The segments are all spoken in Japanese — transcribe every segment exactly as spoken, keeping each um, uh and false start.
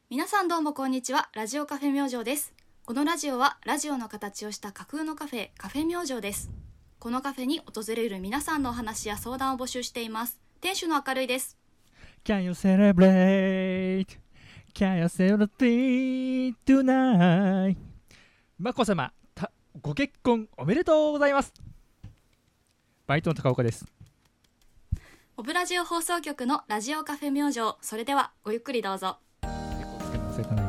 皆さんどうもこんにちは。ラジオカフェ明星です。このラジオはラジオの形をした架空のカフェ、カフェ明星です。このカフェに訪れる皆さんのお話や相談を募集しています。店主の明るいです。 Can you celebrate? Can you celebrate tonight? まこさまご結婚おめでとうございます。バイトの高岡です。 オブラジオ放送局のラジオカフェ明星。それではごゆっくりどうぞ。 結構つけるの忘れたな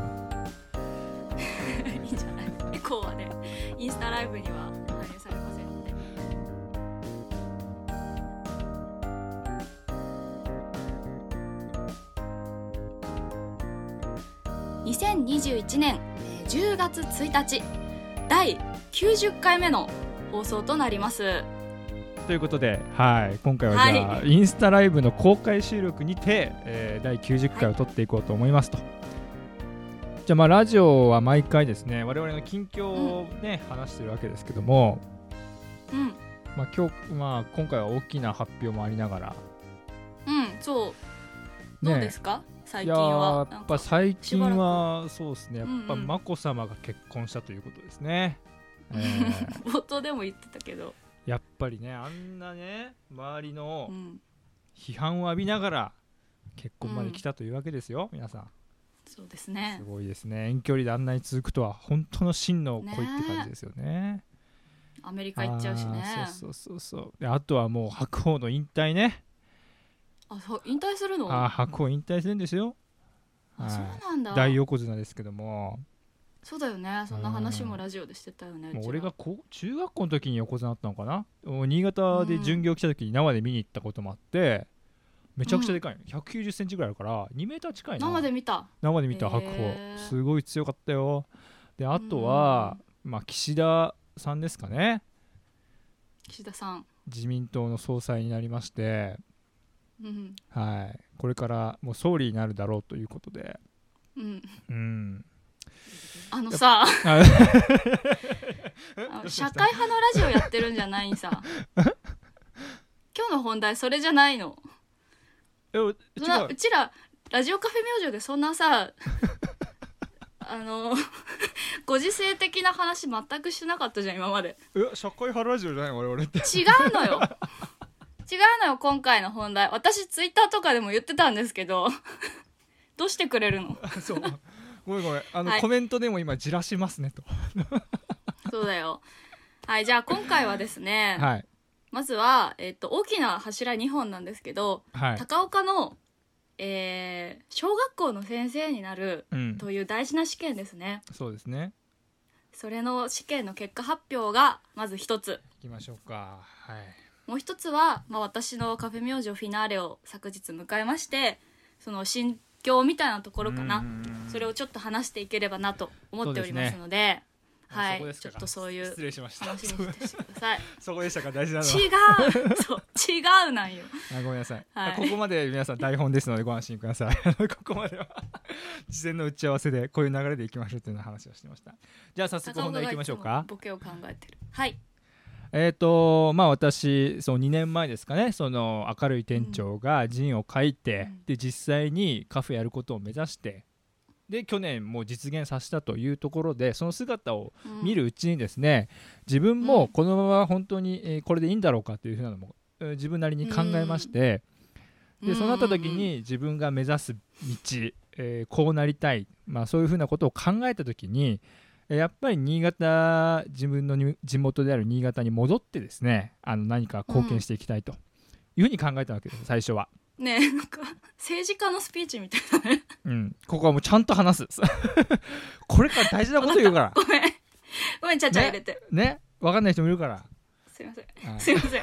いいんじゃない。エコーはね、インスタライブには反映されませんので。にせんにじゅういちねんじゅうがつついたち、だいきゅうじゅっかいめの放送となります。 ということで、はい、今回はじゃあ、はい、インスタライブの公開収録にて、えー、だいきゅうじゅっかいを撮っていこうと思いますと、はい、じゃあまあラジオは毎回ですね、我々の近況をね、うん、話してるわけですけども、 うんまあ今日まあ、今回は大きな発表もありながら、 うんそう、ね、どうですか最近は。 いややっぱ最近はそうですね、やっぱ眞子さまが結婚したということですね、 うんうん、えー、冒頭でも言ってたけど、 やっぱりね、あんなね周りの批判を浴びながら結婚まで来たというわけですよ、うん、皆さん。 そうですね、 すごいですね。遠距離であんなに続くとは本当の真の恋って感じですよね。 アメリカ行っちゃうしね。 そうそうそうそう。であとはもう白鵬の引退ね。 あ、そう引退するの？ あ、白鵬引退するんですよ。 あ、はい、そうなんだ。 大横綱ですけども。 そうだよね、そんな話もラジオでしてたよね。 もう俺がこ中学校の時に横綱だったのかな。新潟で巡業来た時に生で見に行ったこともあって、めちゃくちゃでかいの、うん、ひゃくきゅうじゅっセンチぐらいあるからにメーター近いな。 生で見た生で見た白鵬、すごい強かったよ。であとは、まあ、岸田さんですかね。 岸田さん、 自民党の総裁になりまして、 うん、 はい、これからもう総理になるだろうということで、 うん、 うん、 あのさあの社会派のラジオやってるんじゃないんさ今日の本題それじゃないの。 えうそんなうちらラジオカフェ明星でそんなさあのご時世的な話全くしてなかったじゃん今まで。 え社会派ラジオじゃない我々って。 違うのよ違うのよ。今回の本題、私ツイッターとかでも言ってたんですけどどうしてくれるのそうごめんごめん、あの、はい、コメントでも今じらしますねとそうだよ。はい、じゃあ今回はですね、 はい、 まずは、えー、と大きな柱にほんなんですけど、はい、高岡の、えー、小学校の先生になるという大事な試験ですね、 うん、そうですね。 それの試験の結果発表がまず一つ。 いきましょうか。はい。 もう一つは、まあ、私のカフェ明星フィナーレを昨日迎えまして、その心境みたいなところかな、それをちょっっと話していければなと思っておりますの で, で、ね、はい、ちょっとそういう失礼しました。 話にしてくださいそこでしたか、大事なのは。 違うそう違うなんよ。 あ、ごめんなさい、 はい、 ここまで皆さん台本ですのでご安心くださいここまでは事前の打ち合わせでこういう流れでいきましょうという話をしてました。じゃあ早速本題いきましょうか。 ボケを考えてる。はい。 えーとまあ、私そうにねんまえですかね、その明るい店長が陣を書いて、うん、で実際にカフェやることを目指して、で去年もう実現させたというところで、その姿を見るうちにですね、うん、自分もこのまま本当に、えー、これでいいんだろうかというふうなのも、えー、自分なりに考えまして、うん、でそうなった時に自分が目指す道、えー、こうなりたい、まあ、そういうふうなことを考えた時に、やっぱり新潟、自分の地元である新潟に戻ってですね、あの何か貢献していきたいというふうに考えたわけです、最初は。 ねえ、なんか政治家のスピーチみたいだね。 うん、ここはもうちゃんと話すこれから大事なこと言うからごめんごめん、ちゃちゃ入れてね、ね、分かんない人もいるから。 すいません、はい、すいません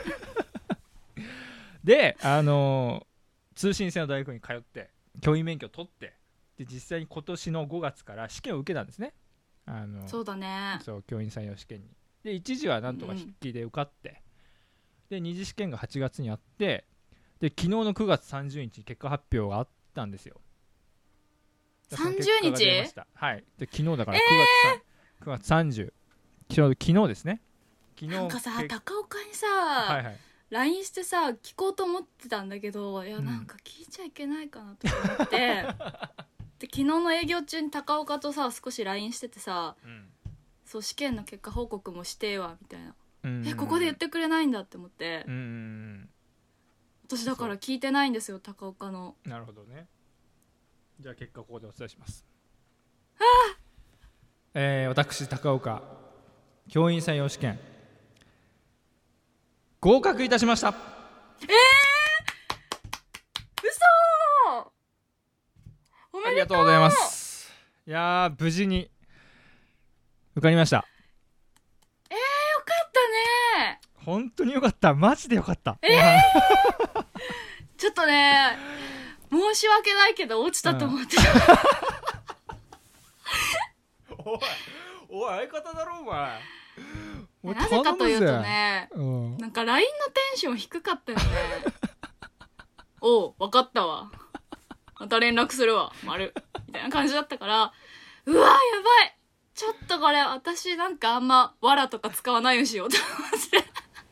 で、あのー、通信制の大学に通って教員免許を取って、で実際に今年のごがつから試験を受けたんですね。あのそうだね、 そう教員採用試験に。で一次はなんとか筆記で受かって、うん、で二次試験がはちがつにあって、で昨日のくがつさんじゅうにちに結果発表があったんですよ。 さんじゅうにち？ はい。で昨日だからくがつ、えー、くがつさんじゅう、昨日、昨日ですね。昨日なんかさ、高岡にさ、はいはい、ライン してさ聞こうと思ってたんだけど、いやなんか聞いちゃいけないかなと思って、 で昨日の営業中に高岡とさ少し ライン しててさ、 うんそう試験の結果報告もしてえわみたいな、 うんうん、 えここで言ってくれないんだって思って、 うんうん、 私だから聞いてないんですよ高岡の。 なるほどね。じゃあ結果ここでお伝えします。 ああ、 えー、私高岡教員採用試験合格いたしました。 えー、嘘。おめでとう。 ありがとうございます。いやー無事に受かりました。 えー、よかったね。 本当によかった。マジでよかった。 えー、ちょっとね申し訳ないけど落ちたと思ってた、 うん、おいおい相方だろお前。 なぜかというとね、 うん、 なんか ライン のテンション低かったよね。おう分かったわ、また連絡するわ丸みたいな感じだったから、うわやばい、ちょっとこれ私なんかあんまわらとか使わないようにしようと思って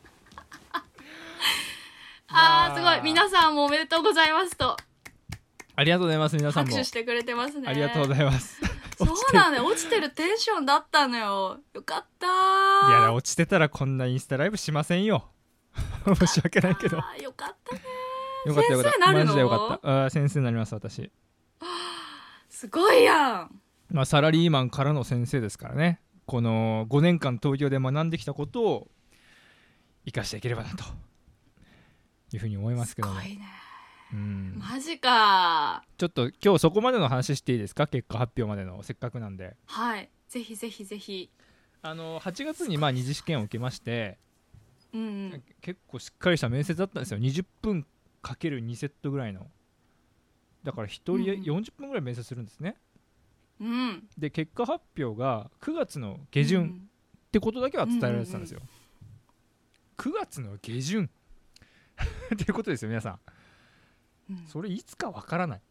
あーすごい、皆さんもおめでとうございますと。ありがとうございます。皆さんも拍手してくれてますね。 ありがとうございます。 そうなんだよ、落ちてるテンションだったのよ。よかったー。いや落ちてたらこんなインスタライブしませんよ申し訳ないけど。 よかったね。 よかったよかった、 先生なるの？ マジでよかった。あ先生になります私。 すごいやん。 まあサラリーマンからの先生ですからね。このごねんかん東京で学んできたことを生かしていければなというふうに思いますけども。 すごいね。 うん、 マジか。 ちょっと今日そこまでの話していいですか。結果発表までのせっかくなんで。 はい、ぜひぜひぜひ。 あのはちがつにまあ二次試験を受けまして、 うんうん、 結構しっかりした面接だったんですよ。にじゅっぷんかけるにセットぐらいの。だからひとりよんじゅっぷんぐらい面接するんですね、 うん、で結果発表がくがつの下旬ってことだけは伝えられてたんですよ、うんうんうん、くがつの下旬っていうことですよ皆さん、うん、それいつかわからない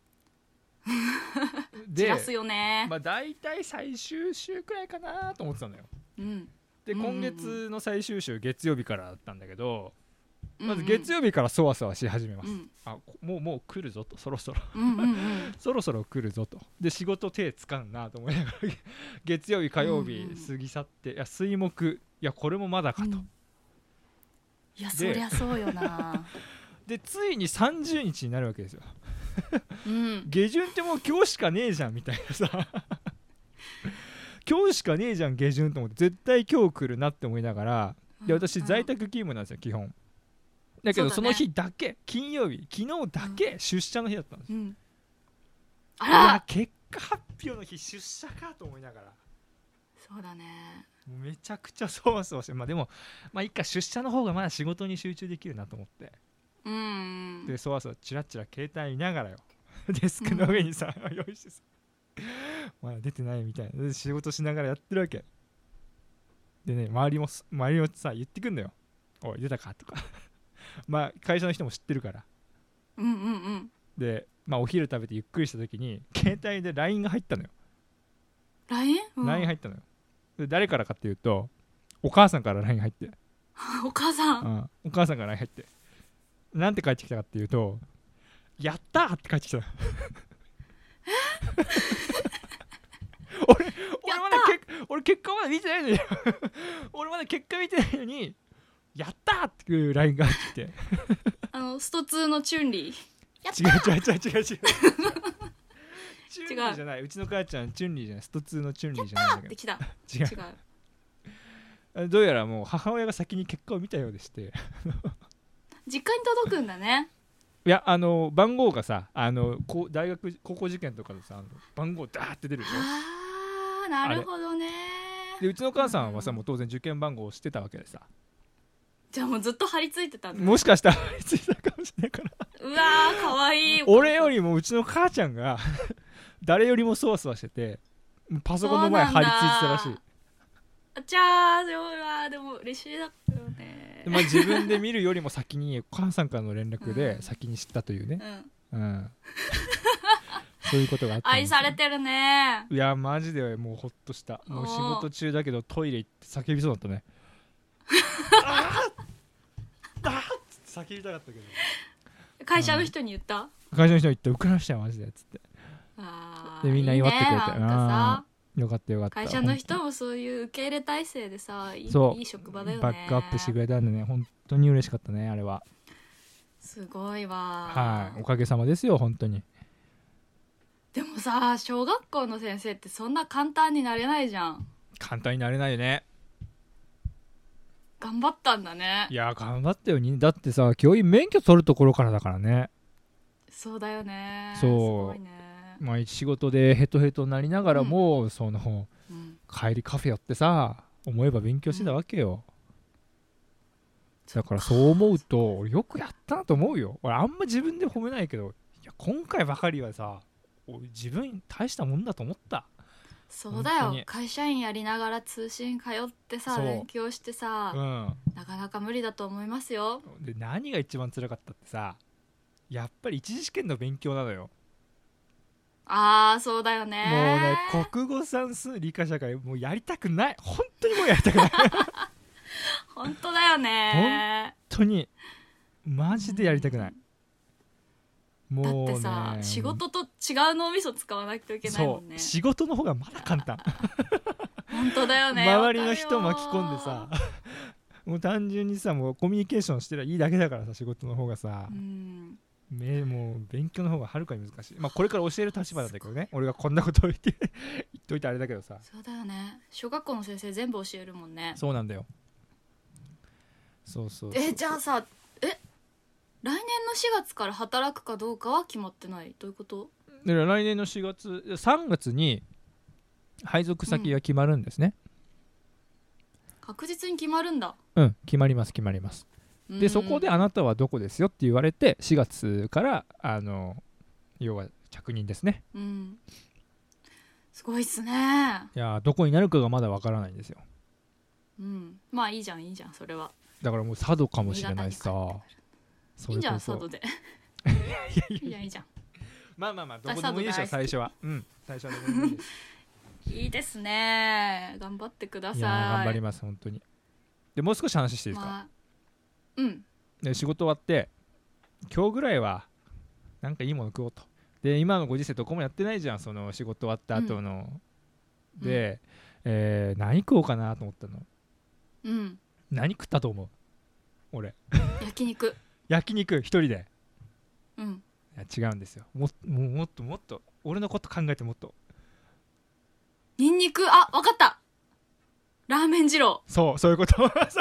で、散らすよね。 まあ、大体最終週くらいかなと思ってたのよ、うん、で今月の最終週月曜日からだったんだけど、うんうん、まず月曜日からそわそわし始めます、うん、あもうもう来るぞと、そろそろうんうん、うん、そろそろ来るぞと。で仕事手つかんなと思いながら月曜日火曜日過ぎ去って、うんうん、いや水木、いやこれもまだかと、うん、 いやそりゃそうよなでついにさんじゅうにちになるわけですよ、 うん、 下旬ってもう今日しかねえじゃんみたいなさ今日しかねえじゃん下旬と思って、絶対今日来るなって思いながら、で私在宅勤務なんですよ基本だけど そ,、ね、その日だけ、金曜日昨日だけ出社の日だったんです、うん、あら、いや結果発表の日出社かと思いながら、 そうだね、 もうめちゃくちゃそわそわして、まあでもまあいっか、出社の方がまだ仕事に集中できるなと思って、うん、でそわそわチラチラ携帯見ながらよデスクの上にさ、うん、用意してさまだ出てないみたいなで仕事しながらやってるわけでね、周りも周りもさ言ってくんだよ、おい出たかとかまあ会社の人も知ってるから、 うんうんうん、 で、まあ、お昼食べてゆっくりした時に携帯で ライン が入ったのよ。 ライン？ うん、 ライン 入ったのよ。で誰からかっていうとお母さんから ライン 入ってお母さん、 うん、お母さんから ライン 入ってなんて返ってきたかっていうと、やったーって返ってきた俺俺まだけ俺結果まだ見てないのに俺まだ結果見てないのにやったーっていう ライン が入ってきてあのストツーのチュンリー、 やったー違う違う違う違う違うチュンリーじゃない、うちの母ちゃんチュンリーじゃない、ストツーのチュンリーじゃないんだけど、 やったーってきた、違う違うどうやらもう母親が先に結果を見たようでして実家に届くんだね。 いやあの番号がさ、あのこ大学高校受験とかでさ、あの番号ダーって出るでしょ。 あーなるほどね。 でうちの母さんはさ、もう当然受験番号を知ってたわけでさ、 じゃあもうずっと張り付いてたんだ。 もしかしたら張り付いたかもしれないからうわーかわいい。 俺よりもうちの母ちゃんが誰よりもそわそわしてて、パソコンの前張り付いてたらしい。 あちゃー、でもうでも嬉しいだったよね。 まあ、自分で見るよりも先にお母さんからの連絡で先に知ったというね、うんうん、そういうことがあったんですよ。 愛されてるね。 いやマジでもうほっとした。もう仕事中だけどトイレ行って叫びそうだったねあーあーって叫びたかったけど、 会社の人に言った、 うん、会社の人に言って受かりましたよマジでっつってあでみんな祝ってくれて、 いいね、なんかさよかったよかった。 会社の人もそういう受け入れ体制でさ、いい、 そういい職場だよね。 バックアップしてくれたんでね、本当に嬉しかったね、あれは。 すごいわ。 はい、おかげさまですよ本当に。 でもさ、小学校の先生ってそんな簡単になれないじゃん。 簡単になれないよね。 頑張ったんだね。 いや頑張ったよに。だってさ、教員免許取るところからだからね。 そうだよね。 そう、 すごいね。 まあ、仕事でヘトヘトになりながらも、うん、その、うん、帰りカフェ寄ってさ、思えば勉強してたわけよ、うん、だからそう思うとよくやったなと思うよ。俺あんま自分で褒めないけど、いや今回ばかりはさ、俺自分大したもんだと思った。 そうだよ、会社員やりながら通信通ってさ、勉強してさ、うん、なかなか無理だと思いますよ。 で何が一番辛かったってさ、やっぱり一次試験の勉強なのよ。 あーそうだよね。 もうね、国語算数理科社会もうやりたくない、本当にもうやりたくない本当だよね、 本当にマジでやりたくない、 うん、もうだってさ、仕事と違う脳みそ使わなきゃいけないもんね。 そう、仕事の方がまだ簡単本当だよね。 周りの人巻き込んでさもう単純にさ、もうコミュニケーションしてりゃいいだけだからさ、仕事の方がさ、うん、もう勉強の方がはるかに難しい。まあこれから教える立場なんだけどね、俺がこんなことを言って言っといてあれだけどさ。 そうだよね、小学校の先生全部教えるもんね。 そうなんだよ。そうそうそう。 えじゃあさ、え来年のしがつから働くかどうかは決まってない？どういうこと？ だから来年のしがつさんがつに配属先が決まるんですね、 うん、確実に決まるんだ。 うん、決まります決まります。でそこであなたはどこですよって言われて、しがつからあの要は着任ですね、うん、 すごいっすね。 いやどこになるかがまだわからないんですよ、 うん、まあいいじゃんいいじゃん、それは。 だからもう佐渡かもしれないしさ。 いいじゃん佐渡でいいじゃんいいじゃん。 まあまあまあどこでもいいでしょ最初は。うん最初はどこでもいいですいいですね、頑張ってください。いや頑張ります本当に。でもう少し話していいですか、まあ、うんで仕事終わって今日ぐらいはなんかいいもの食おうと。で今のご時世どこもやってないじゃん、その仕事終わった後の、うん、で、うんえー、何食おうかなと思ったの。うん何食ったと思う？俺焼肉焼肉一人で。 うんいや違うんですよ、もももっともっと俺のこと考えて、もっとニンニク。あ分かった、ラーメン二郎。 そうそういうことそういうこと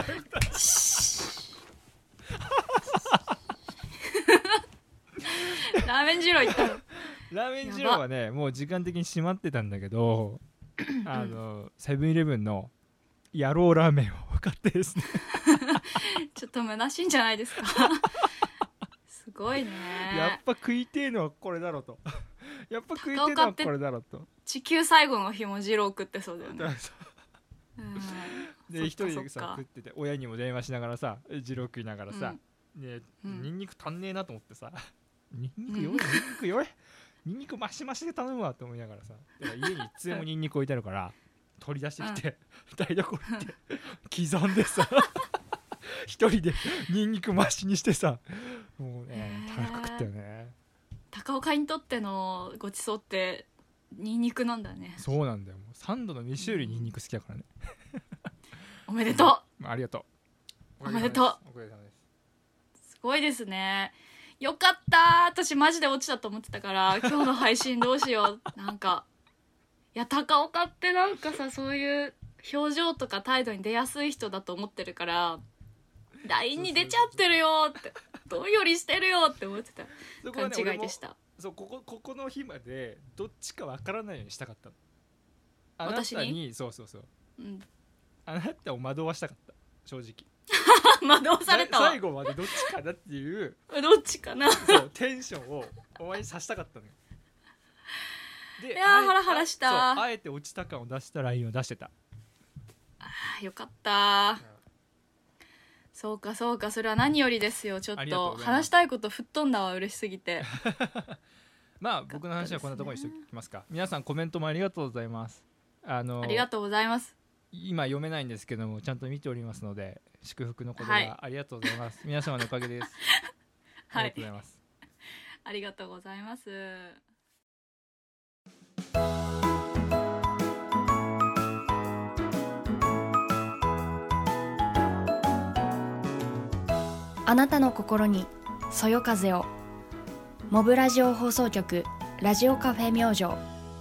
ラーメン二郎行ったの。 ラーメン二郎はねもう時間的に閉まってたんだけどあのセブンイレブンの野郎ラーメンを買ってですねちょっと虚しいんじゃないですかすごいね。 やっぱ食いてえのはこれだろうとやっぱ食いてえのはこれだろうと。 地球最後の日も二郎食ってそうだよねで一人でさ食ってて、親にも電話しながらさ二郎食いながらさ、うんねうん、ニンニク足んねえなと思ってさニンニクよい、ニンニクよいニンニクマシマシで頼むわと思いながらさ、だから家にいつでもニンニク置いてあるから取り出してきて、うん、台所行って刻んでさ一人でニンニクマシにしてさ、もうね高く食ったよね。 高岡にとってのごちそうってニンニクなんだね。 そうなんだよ、もうサンドの飯よりニンニク好きだからねおめでとうありがとうおめでとう。 お疲れ様です。 すごいですね。よかった、私マジで落ちたと思ってたから今日の配信どうしようなんかいや高岡ってなんかさ、そういう表情とか態度に出やすい人だと思ってるから ライン に出ちゃってるよってどんよりしてるよって思ってた勘違いでした。 そうここここの日までどっちかわからないようにしたかったの。あなたに、にそうそうそう、うん、あなたを惑わしたかった正直惑わされたわ。 最後までどっちかなっていうどっちかなそうテンションをお前にさせたかったのよ。 でいやーハラハラした。 あ, あえて落ちた感を出したラインを出してた。 あよかった、うん、そうかそうか、それは何よりですよ。ちょっと話したいこと吹っ飛んだわ、嬉しすぎてまあ僕の話はこんなところにしておきますか。皆さんコメントもありがとうございます。あのありがとうございます。 今読めないんですけどもちゃんと見ておりますので祝福の言葉、はい、ありがとうございます。皆様のおかげですありがとうございます。 ありがとうございます。 あなたの心にそよ風を。モブラジオ放送局ラジオカフェ明星。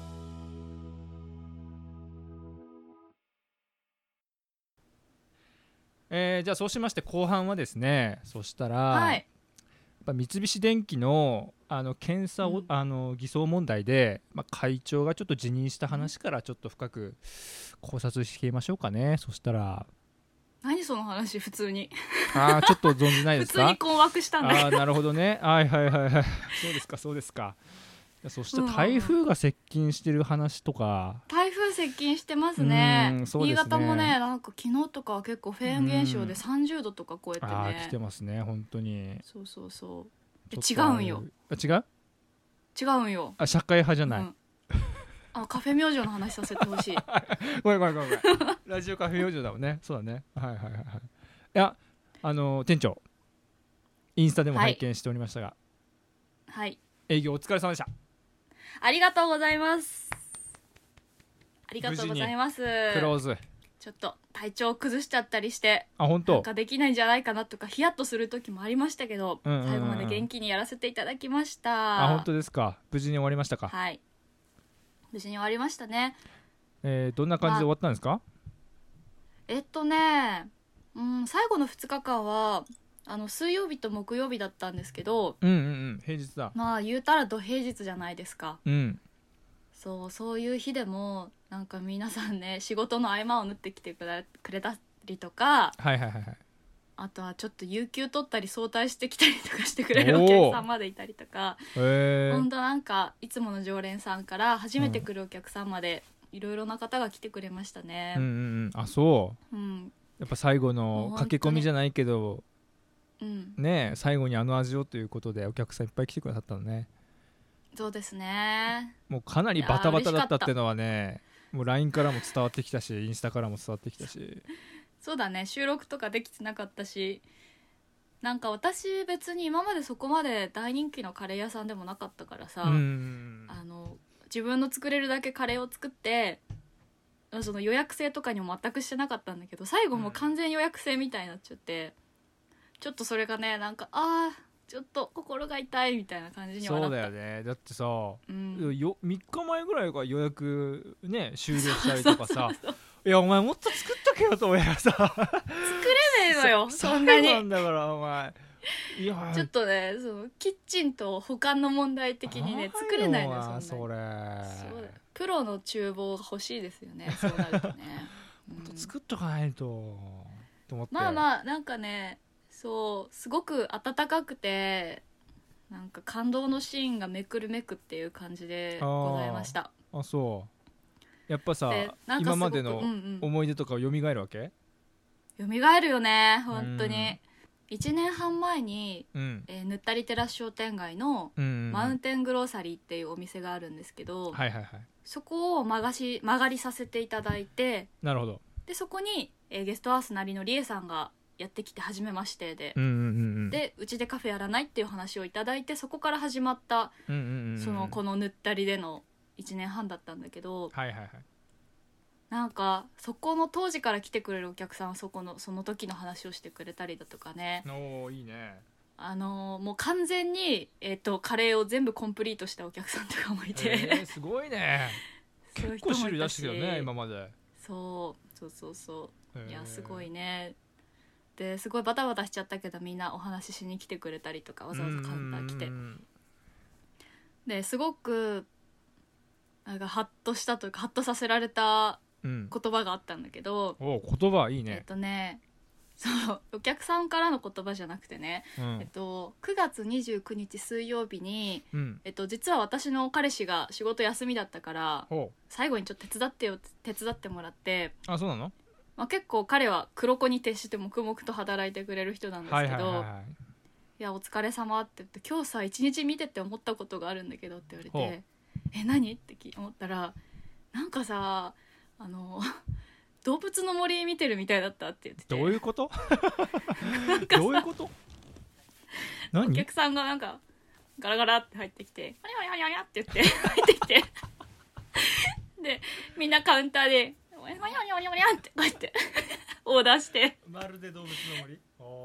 えー、じゃあそうしまして後半はですね、そしたら、 はい、 やっぱ三菱電機のあの検査を、 うん、 あの偽装問題で、まあ、会長がちょっと辞任した話からちょっと深く考察してみましょうかね。そしたら何その話、普通にあーちょっと存じないですか？ 普通に困惑したんだけど。 あーなるほどね。はいはいはいはいそうですかそうですか。そして台風が接近してる話とか、 台風接近してますね。 うんそうですね。 新潟もね、なんか昨日とかは結構フェーン現象でさんじゅうどとか超えてね。 あー来てますね本当に。 そうそうそう。え違ちょっとうんよ。 あ違う違うんよ。 あ社会派じゃない、 うん、あカフェ明星の話させてほしい。 ごめんごめんごめんラジオカフェ明星だもんね。そうだね。はいはいはいはい。いやあの店長インスタでも拝見しておりましたが、 はい、 営業お疲れ様でした。 ありがとうございます。ありがとうございます。 クローズ。 ちょっと体調を崩しちゃったりして、 あ本当なんかできないんじゃないかなとかヒヤッとする時もありましたけど、 うんうんうん、 最後まで元気にやらせていただきました。 あ本当ですか。無事に終わりましたか？ はい、無事に終わりましたね。 えー、どんな感じで終わったんですか？まあ、 えっとね、うん、最後のふつかかんはあの水曜日と木曜日だったんですけど、 うんうんうん平日だ。 まあ言うたら土平日じゃないですか。 うんそうそういう日でもなんか皆さんね仕事の合間を縫ってきてくれ、くれたりとか、 はいはいはいはい。 あとはちょっと有給取ったり早退してきたりとかしてくれるお客さんまでいたりとか、 へーほんとなんかいつもの常連さんから初めて来るお客さんまでいろいろな方が来てくれましたね。 うんうんうんあそう、 うん、 やっぱ最後の駆け込みじゃないけど、 うん、 ね最後にあの味をということでお客さんいっぱい来てくださったのね。 そうですね。 もうかなりバタバタだったっていうのはね、もう ライン からも伝わってきたしインスタからも伝わってきたしそうだね、収録とかできてなかったし、なんか私別に今までそこまで大人気のカレー屋さんでもなかったからさ、 うんあの自分の作れるだけカレーを作ってその予約制とかにも全くしてなかったんだけど、最後もう完全予約制みたいになっちゃって、ちょっとそれがねなんかあーちょっと心が痛いみたいな感じにはなった。 そうだよね。だってさ、 うん、 よみっかまえぐらいから予約ね終了したりとかさそうそうそういやお前もっと作っとけよと親がさ作れねえのよそんなに。 そうなんだからお前いやちょっとねそのキッチンと保管の問題的にね作れないのよそんなに。 それそうだよプロの厨房が欲しいですよねそうなるとね、 うん、作っとかないとと思って。 まあまあなんかねそうすごく温かくてなんか感動のシーンがめくるめくっていう感じでございました。 あそうやっぱさ今までの思い出とか蘇るわけ？ 蘇るよね本当に。いちねんはんまえに、うんえー、ぬったりテラス商店街のマウンテングローサリーっていうお店があるんですけど、 はいはいはい、そこを曲がし曲がりさせていただいて、 なるほど。 でそこに、えー、ゲストハウスなりのりえさんがやってきて初めましてで、 うんうんうんうん、 でうちでカフェやらないっていう話をいただいて、そこから始まった、うんうんうん、そのこのぬったりでのいちねんはんだったんだけど、 はいはいはい、 なんかそこの当時から来てくれるお客さんはそこのその時の話をしてくれたりだとかね。 おーいいね。 あのー、もう完全に、えーと、カレーを全部コンプリートしたお客さんとかもいて、 えー、すごいね結構種類出してるよね今まで。 そうそうそうそういやすごいね。ですごいバタバタしちゃったけどみんなお話ししに来てくれたりとかわざわざカウンター来て、ですごくなんかハッとしたというかハッとさせられた言葉があったんだけど、 うん、お言葉いいね。 えっとねそうお客さんからの言葉じゃなくてね、うん、えっと、くがつにじゅうくにち水曜日に、うんえっと、実は私の彼氏が仕事休みだったから最後にちょっと手伝ってよ手伝ってもらって。 あ、そうなの？ まあ、結構彼は黒子に徹して黙々と働いてくれる人なんですけど、はいはいはいはい、いやお疲れ様って言って、今日さ一日見てて思ったことがあるんだけどって言われて、え何って思ったら、なんかさあの動物の森見てるみたいだったって言ってて。 どういうことどういうこと何？ お客さんがなんかガラガラって入ってきて、あややややって言って入ってきてでみんなカウンターでおやおやおやおやってこうやってオーダーして、 まるで動物の森。お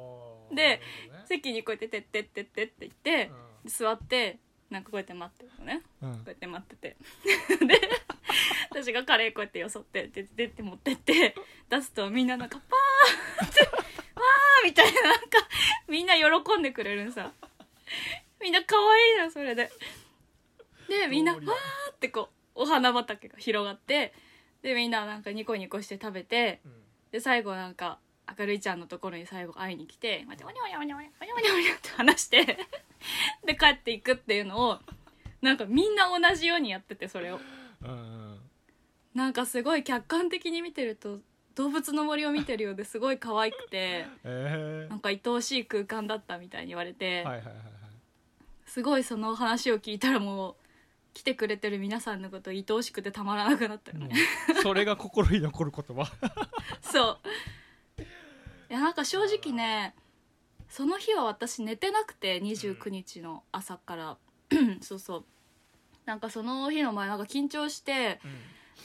で席にこうやっててってってってって言って、うん、座ってなんかこうやって待ってるのね、うん、こうやって待っててで私がカレーこうやってよそってででって持ってって出すとみんななんかパーってわーみたいな、なんかみんな喜んでくれるんさ。みんな可愛いなそれで。でみんなわーってこうお花畑が広がって、でみんななんかニコニコして食べて、うん、で最後なんか明るいちゃんのところに最後会いに来て、またおにょおにょおにょおにょおにょおにょおにょって話してで帰っていくっていうのをなんかみんな同じようにやってて、それを、うん、なんかすごい客観的に見てると動物の森を見てるようですごい可愛くて、えー、なんか愛おしい空間だったみたいに言われて、はいはいはいはい、すごいその話を聞いたらもう来てくれてる皆さんのこと愛おしくてたまらなくなったよね、 うん、それが心に残る言葉そういやなんか正直ね、その日は私寝てなくてにじゅうくにちの朝から、うん、そうそうなんかその日の前なんか緊張して、うん、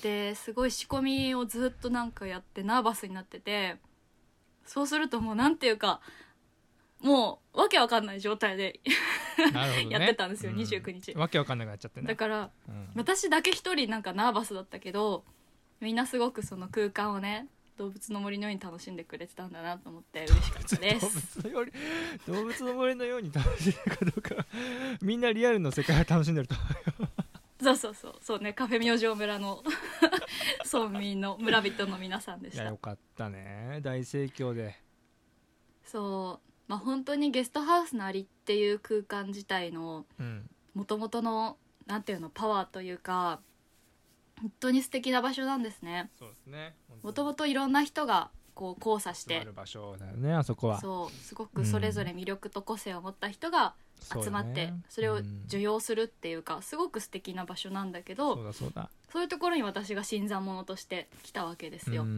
ですごい仕込みをずっとなんかやってナーバスになってて、そうするともうなんていうかもうわけわかんない状態でなるほど、ね、やってたんですよ、うん、にじゅうくにちわけわかんなくなっちゃってね。 だから、うん、私だけ一人なんかナーバスだったけどみんなすごくその空間をね動物の森のように楽しんでくれてたんだなと思って嬉しかったです動物のように動物の森のように楽しんでるかどうかみんなリアルの世界を楽しんでると思うよそうそうそうそうね、カフェ明星村の村民の村人の皆さんでした。 いやよかったね、大盛況で。 そうまあ本当にゲストハウスのありっていう空間自体のもともとのなんていうのパワーというか本当に素敵な場所なんですね。 そうですね。 もともといろんな人がこう交差して集まる場所だよね、あそこは。 そうすごくそれぞれ魅力と個性を持った人が集まって、うん、それを受容するっていうか、うん、すごく素敵な場所なんだけど、 そうだそうだ、 そういうところに私が新参者として来たわけですよ。うん、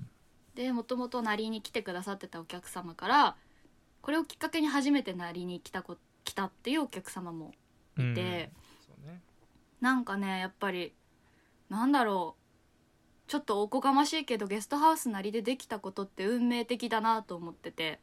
でもともとなりに来てくださってたお客様からこれをきっかけに初めてなりに来たこ来たっていうお客様もいて、うんそうね、なんかねやっぱりなんだろうちょっとおこがましいけどゲストハウスなりでできたことって運命的だなと思ってて、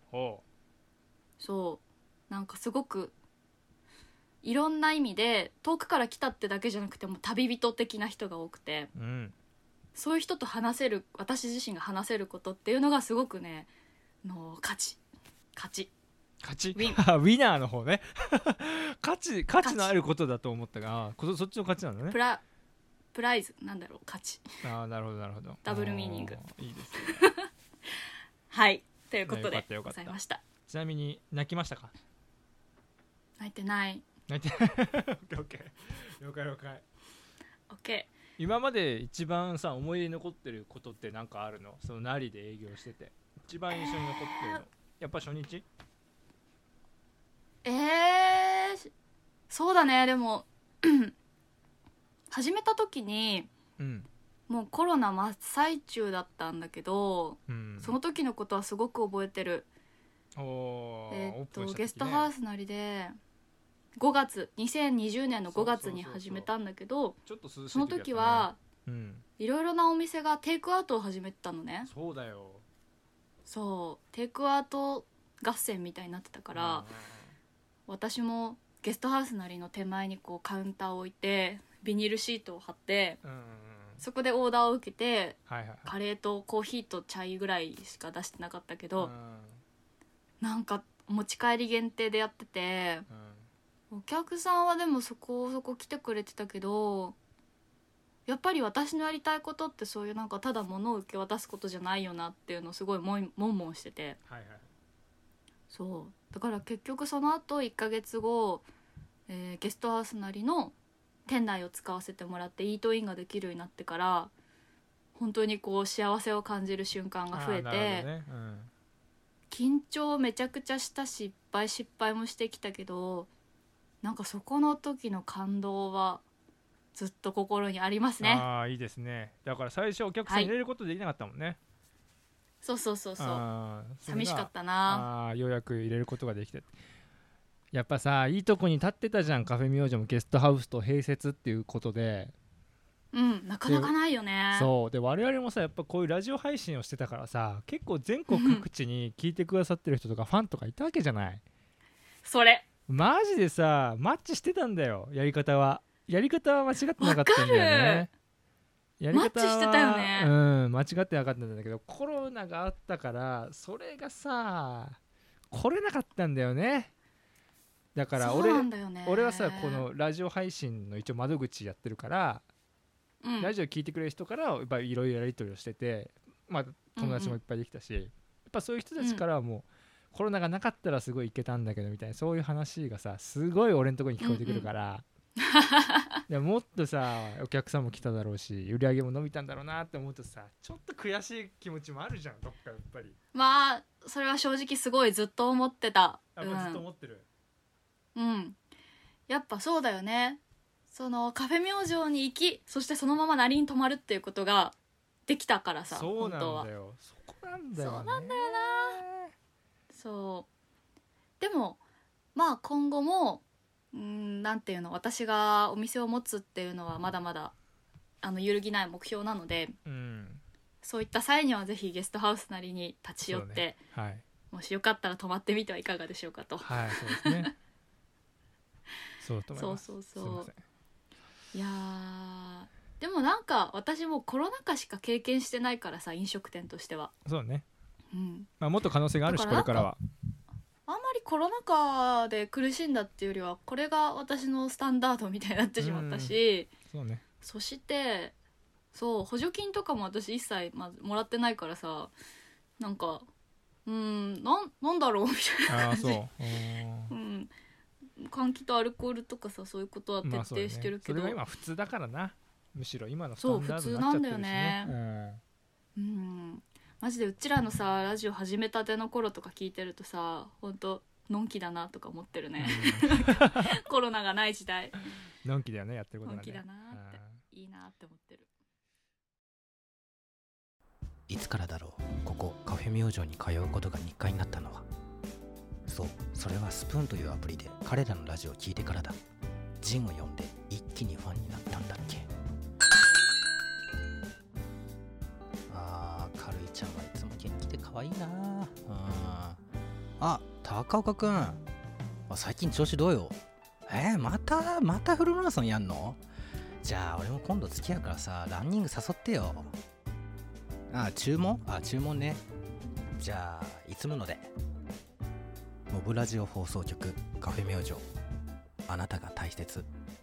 そうなんかすごくいろんな意味で遠くから来たってだけじゃなくても旅人的な人が多くて、うん、そういう人と話せる私自身が話せることっていうのがすごくねの価値勝ち勝ちウィンウィナーの方ね価値価値のあることだと思ったがそ, そっちの勝ちなんだね。 プラプライズなんだろう価値。 ああなるほどなるほど、 ダブルミーニングいいですねはいということでございました。 ちなみに泣きましたか？ 泣いてない泣いてないオッケーオッケー了解了解オッケー。 今まで一番さ思い出に残ってることって何かあるの？そのナリで営業してて一番印象に残ってるの、えー、やっぱ初日？ えー、そうだね。でも始めた時に、うん、もうコロナ真っ最中だったんだけど、うん、その時のことはすごく覚えてる。おえー、っと、ね、ゲストハウスなりでごがつにせんにじゅうねんのごがつに始めたんだけど、その時は、うん、いろいろなお店がテイクアウトを始めてたのね。 そうだよ。 そうテイクアウト合戦みたいになってたから、私もゲストハウスなりの手前にこうカウンターを置いてビニールシートを貼って、うんうんうん、そこでオーダーを受けて、はいはいはい、カレーとコーヒーとチャイぐらいしか出してなかったけど、うん、なんか持ち帰り限定でやってて、うん、お客さんはでもそこそこ来てくれてたけど、やっぱり私のやりたいことってそういうなんかただ物を受け渡すことじゃないよなっていうのをすごいもんもんもんしてて、はいはい、そうだから結局その後いっかげつご、えー、ゲストハウスなりの店内を使わせてもらってイートインができるようになってから本当にこう幸せを感じる瞬間が増えて、ねうん、緊張めちゃくちゃしたし、失敗失敗もしてきたけど、なんかそこの時の感動はずっと心にありますね。 ああいいですね。だから最初お客さん入れることできなかったもんね、はい、 そうそうそうそう寂しかったな。 あようやく入れることができて、やっぱさいいとこに立ってたじゃん。カフェ明星もゲストハウスと併設っていうことで、 うんなかなかないよね。 そうで我々もさやっぱこういうラジオ配信をしてたからさ結構全国各地に聞いてくださってる人とかファンとかいたわけじゃない。 それマジでさマッチしてたんだよ。やり方はやり方は間違ってなかったんだよね。やり方はマッチしてたよね。 うん間違ってなかったんだけどコロナがあったからそれがさ来れなかったんだよね。だから俺、 そうなんだよね。 俺はさこのラジオ配信の一応窓口やってるから、 うん、 ラジオ聞いてくれる人からやっぱいろいろやり取りをしてて、まあ、友達もいっぱいできたし、うんうん、やっぱそういう人たちからはもう、うん、コロナがなかったらすごいいけたんだけどみたいなそういう話がさすごい俺のところに聞こえてくるから、うんうん、もっとさお客さんも来ただろうし売り上げも伸びたんだろうなって思うとさちょっと悔しい気持ちもあるじゃんどっかやっぱり。 まあそれは正直すごいずっと思ってた。 あ、うん、ずっと思ってる。 うん、やっぱそうだよね。そのカフェ明星に行きそしてそのまま成りに泊まるっていうことができたからさ。 そうなんだよ。そこなんだよね。 そうなんだよな。そうでもまあ今後もうーんなんていうの私がお店を持つっていうのはまだまだあの揺るぎない目標なので、 うん、 そういった際にはぜひゲストハウスなりに立ち寄って、ね、 はい、 もしよかったら泊まってみてはいかがでしょうかと。 はいそうですねそうと思います。 そうそうそういやでもなんか私もコロナ禍しか経験してないからさ飲食店としては。 そうね、 うんまあ、もっと可能性があるしこれからはあんまりコロナ禍で苦しんだっていうよりはこれが私のスタンダードみたいになってしまったし、 うんそうね、 そしてそう補助金とかも私一切まずもらってないからさなんかうーん な, なんだろうみたいな感じ。あそううん換気とアルコールとかさそういうことは徹底してるけど、 まあ そ, う、ね、それが今普通だからな。むしろ今のスタンダードになっちゃってるしね。そう普通なんだよね、うん、うんマジでうちらのさラジオ始めたての頃とか聞いてるとさほんとのんきだなとか思ってるね、うん、コロナがない時代のんきだよねやってることがね。 のんきだなっていいなって思ってる。 いつからだろうここカフェ明星に通うことが日課になったのは。そうそれはスプーンというアプリで彼らのラジオを聞いてからだ。ジンを呼んで一気にファンになったんだっけ。あーカルイちゃんはいつも元気で可愛いなあ。あ高岡くんあ最近調子どうよ。えー、またまたフルマラソンやんの。じゃあ俺も今度付き合うからさランニング誘ってよ。あ注文あ注文ね。じゃあいつもので。モブラジオ放送局カフェ明星あなたが大切。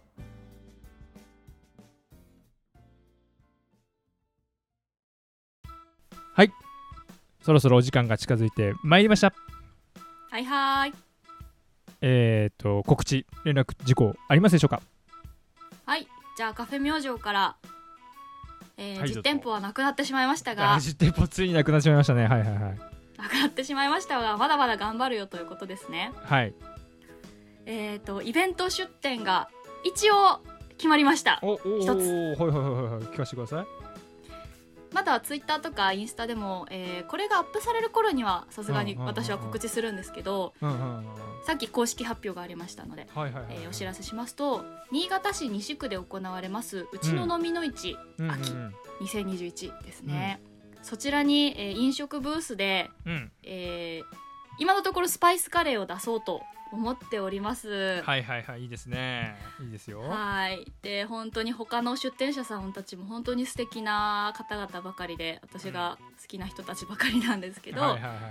はいそろそろお時間が近づいてまいりました。 はいはいえっ、ー、と告知連絡事項ありますでしょうか。 はいじゃあカフェ明星から、えーはい、実店舗はなくなってしまいましたが実店舗ついになくなってしまいましたね。はいはいはいなくなってしまいましたがまだまだ頑張るよということですね。 はいえっ、ー、とイベント出店が一応決まりました。 おお一つはいはいはいはい聞かせてください。 まだツイッターとかインスタでも、えー、これがアップされる頃にはさすがに私は告知するんですけど、さっき公式発表がありましたので、はいはいはいはいえー、お知らせしますと新潟市西区で行われますうちの飲みの市、うん、秋にせんにじゅういちですね、うん、そちらに、えー、飲食ブースで、うんえー、今のところスパイスカレーを出そうと思っております。 はいはいはいいいですねいいですよ。 はいで本当に他の出店者さんたちも本当に素敵な方々ばかりで私が好きな人たちばかりなんですけど、うんはいはいはい、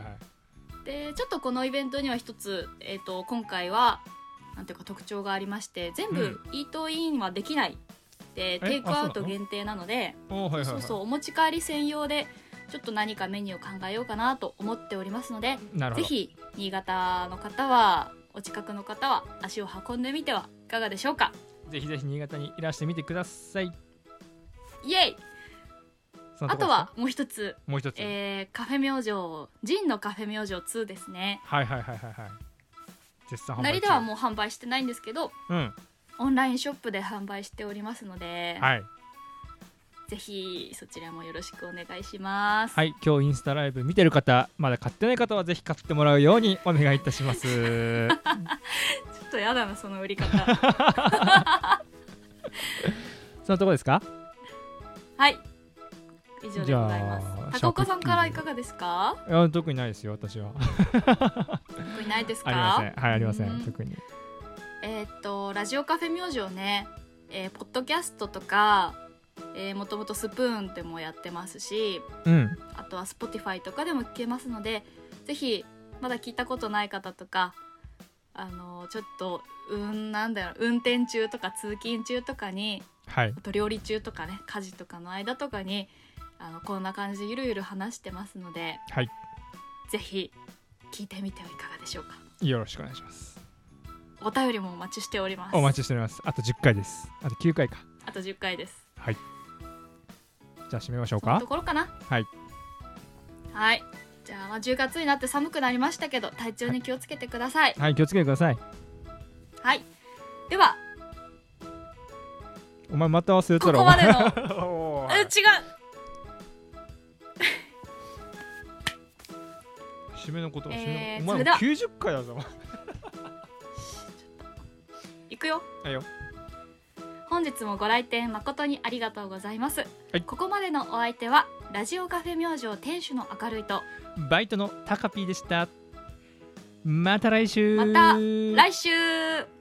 でちょっとこのイベントには一つ、えーと、今回はなんていうか特徴がありまして全部イートインはできない、うん、でテイクアウト限定なのでそうそうそうお持ち帰り専用でちょっと何かメニューを考えようかなと思っておりますのでぜひ新潟の方はお近くの方は足を運んでみてはいかがでしょうか。 ぜひぜひ新潟にいらしてみてください。 イエイあとはもう一つもう一つ、 えー、カフェ明星ジンのカフェ明星ツーですね。 はいはいはいはいはい絶賛販売中。 なりではもう販売してないんですけど、 うん、 オンラインショップで販売しておりますので、 はい、 ぜひそちらもよろしくお願いします。 はい今日インスタライブ見てる方まだ買ってない方はぜひ買ってもらうようにお願いいたしますちょっとやだなその売り方そのとこですか。 はい以上でございます。 じゃあ高岡さんからいかがですか？ いや特にないですよ私は特にないですか？ ありませんはいありません、 うん特にえーっとラジオカフェ明星ね、えーポッドキャストとか、えー、もともとスプーンでもやってますし、 うんあとは Spotify とかでも聞けますので、ぜひまだ聞いたことない方とか、あのちょっとうんなんだろう運転中とか通勤中とかに、 はいあと料理中とかね家事とかの間とかにあのこんな感じでゆるゆる話してますので、 はいぜひ聞いてみてはいかがでしょうか。 よろしくお願いします。 お便りもお待ちしております。 お待ちしております。あとじゅっかいです。あときゅうかいか。 あとじゅっかいです。 はいじゃあ締めましょうそのか。 ところかな。 はいはいじゃあ、まあじゅうがつになって寒くなりましたけど体調に気をつけてください。 はい気をつけてください。 はいではお前また忘れたらここまでのおえ違う締めのこと、 えー締めのお前もそれではきゅうじゅっかいだぞいくよ。 はいよ本日もご来店誠にありがとうございます、 はい、 ここまでのお相手はラジオカフェ明星店主の明るいとバイトのタカピーでした。また来週。 また来週。